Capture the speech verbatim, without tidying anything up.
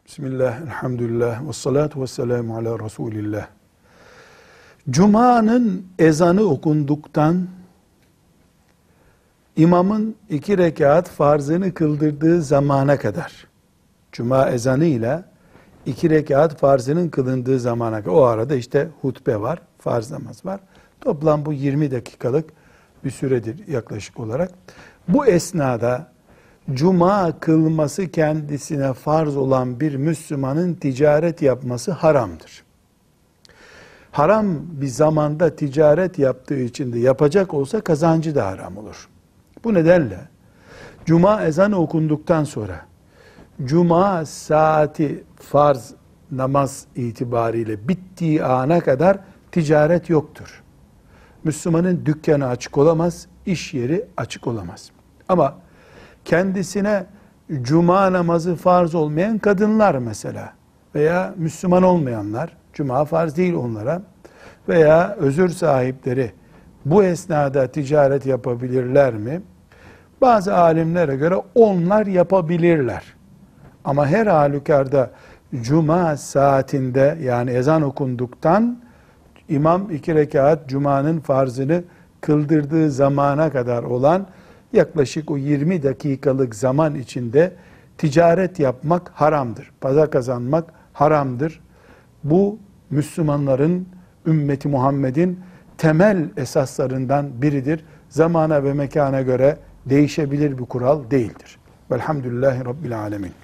Bismillah, elhamdülillah, ve salatu ve selamu ala Resulillah. Cuma'nın ezanı okunduktan, imamın iki rekat farzını kıldırdığı zamana kadar, Cuma ezanıyla iki rekat farzının kılındığı zamana kadar, o arada işte hutbe var, farz namaz var. Toplam bu yirmi dakikalık bir süredir yaklaşık olarak. Bu esnada, Cuma kılması kendisine farz olan bir Müslümanın ticaret yapması haramdır. Haram bir zamanda ticaret yaptığı için de yapacak olsa kazancı da haram olur. Bu nedenle Cuma ezanı okunduktan sonra Cuma saati farz namaz itibariyle bittiği ana kadar ticaret yoktur. Müslümanın dükkanı açık olamaz, iş yeri açık olamaz. Ama kendisine Cuma namazı farz olmayan kadınlar mesela veya Müslüman olmayanlar, Cuma farz değil onlara, veya özür sahipleri bu esnada ticaret yapabilirler mi? Bazı alimlere göre onlar yapabilirler. Ama her halükarda Cuma saatinde, yani ezan okunduktan imam iki rekat Cuma'nın farzını kıldırdığı zamana kadar olan yaklaşık o yirmi dakikalık zaman içinde ticaret yapmak haramdır. Para kazanmak haramdır. Bu Müslümanların, ümmeti Muhammed'in temel esaslarından biridir. Zamana ve mekana göre değişebilir bir kural değildir. Velhamdülillahi Rabbil alemin.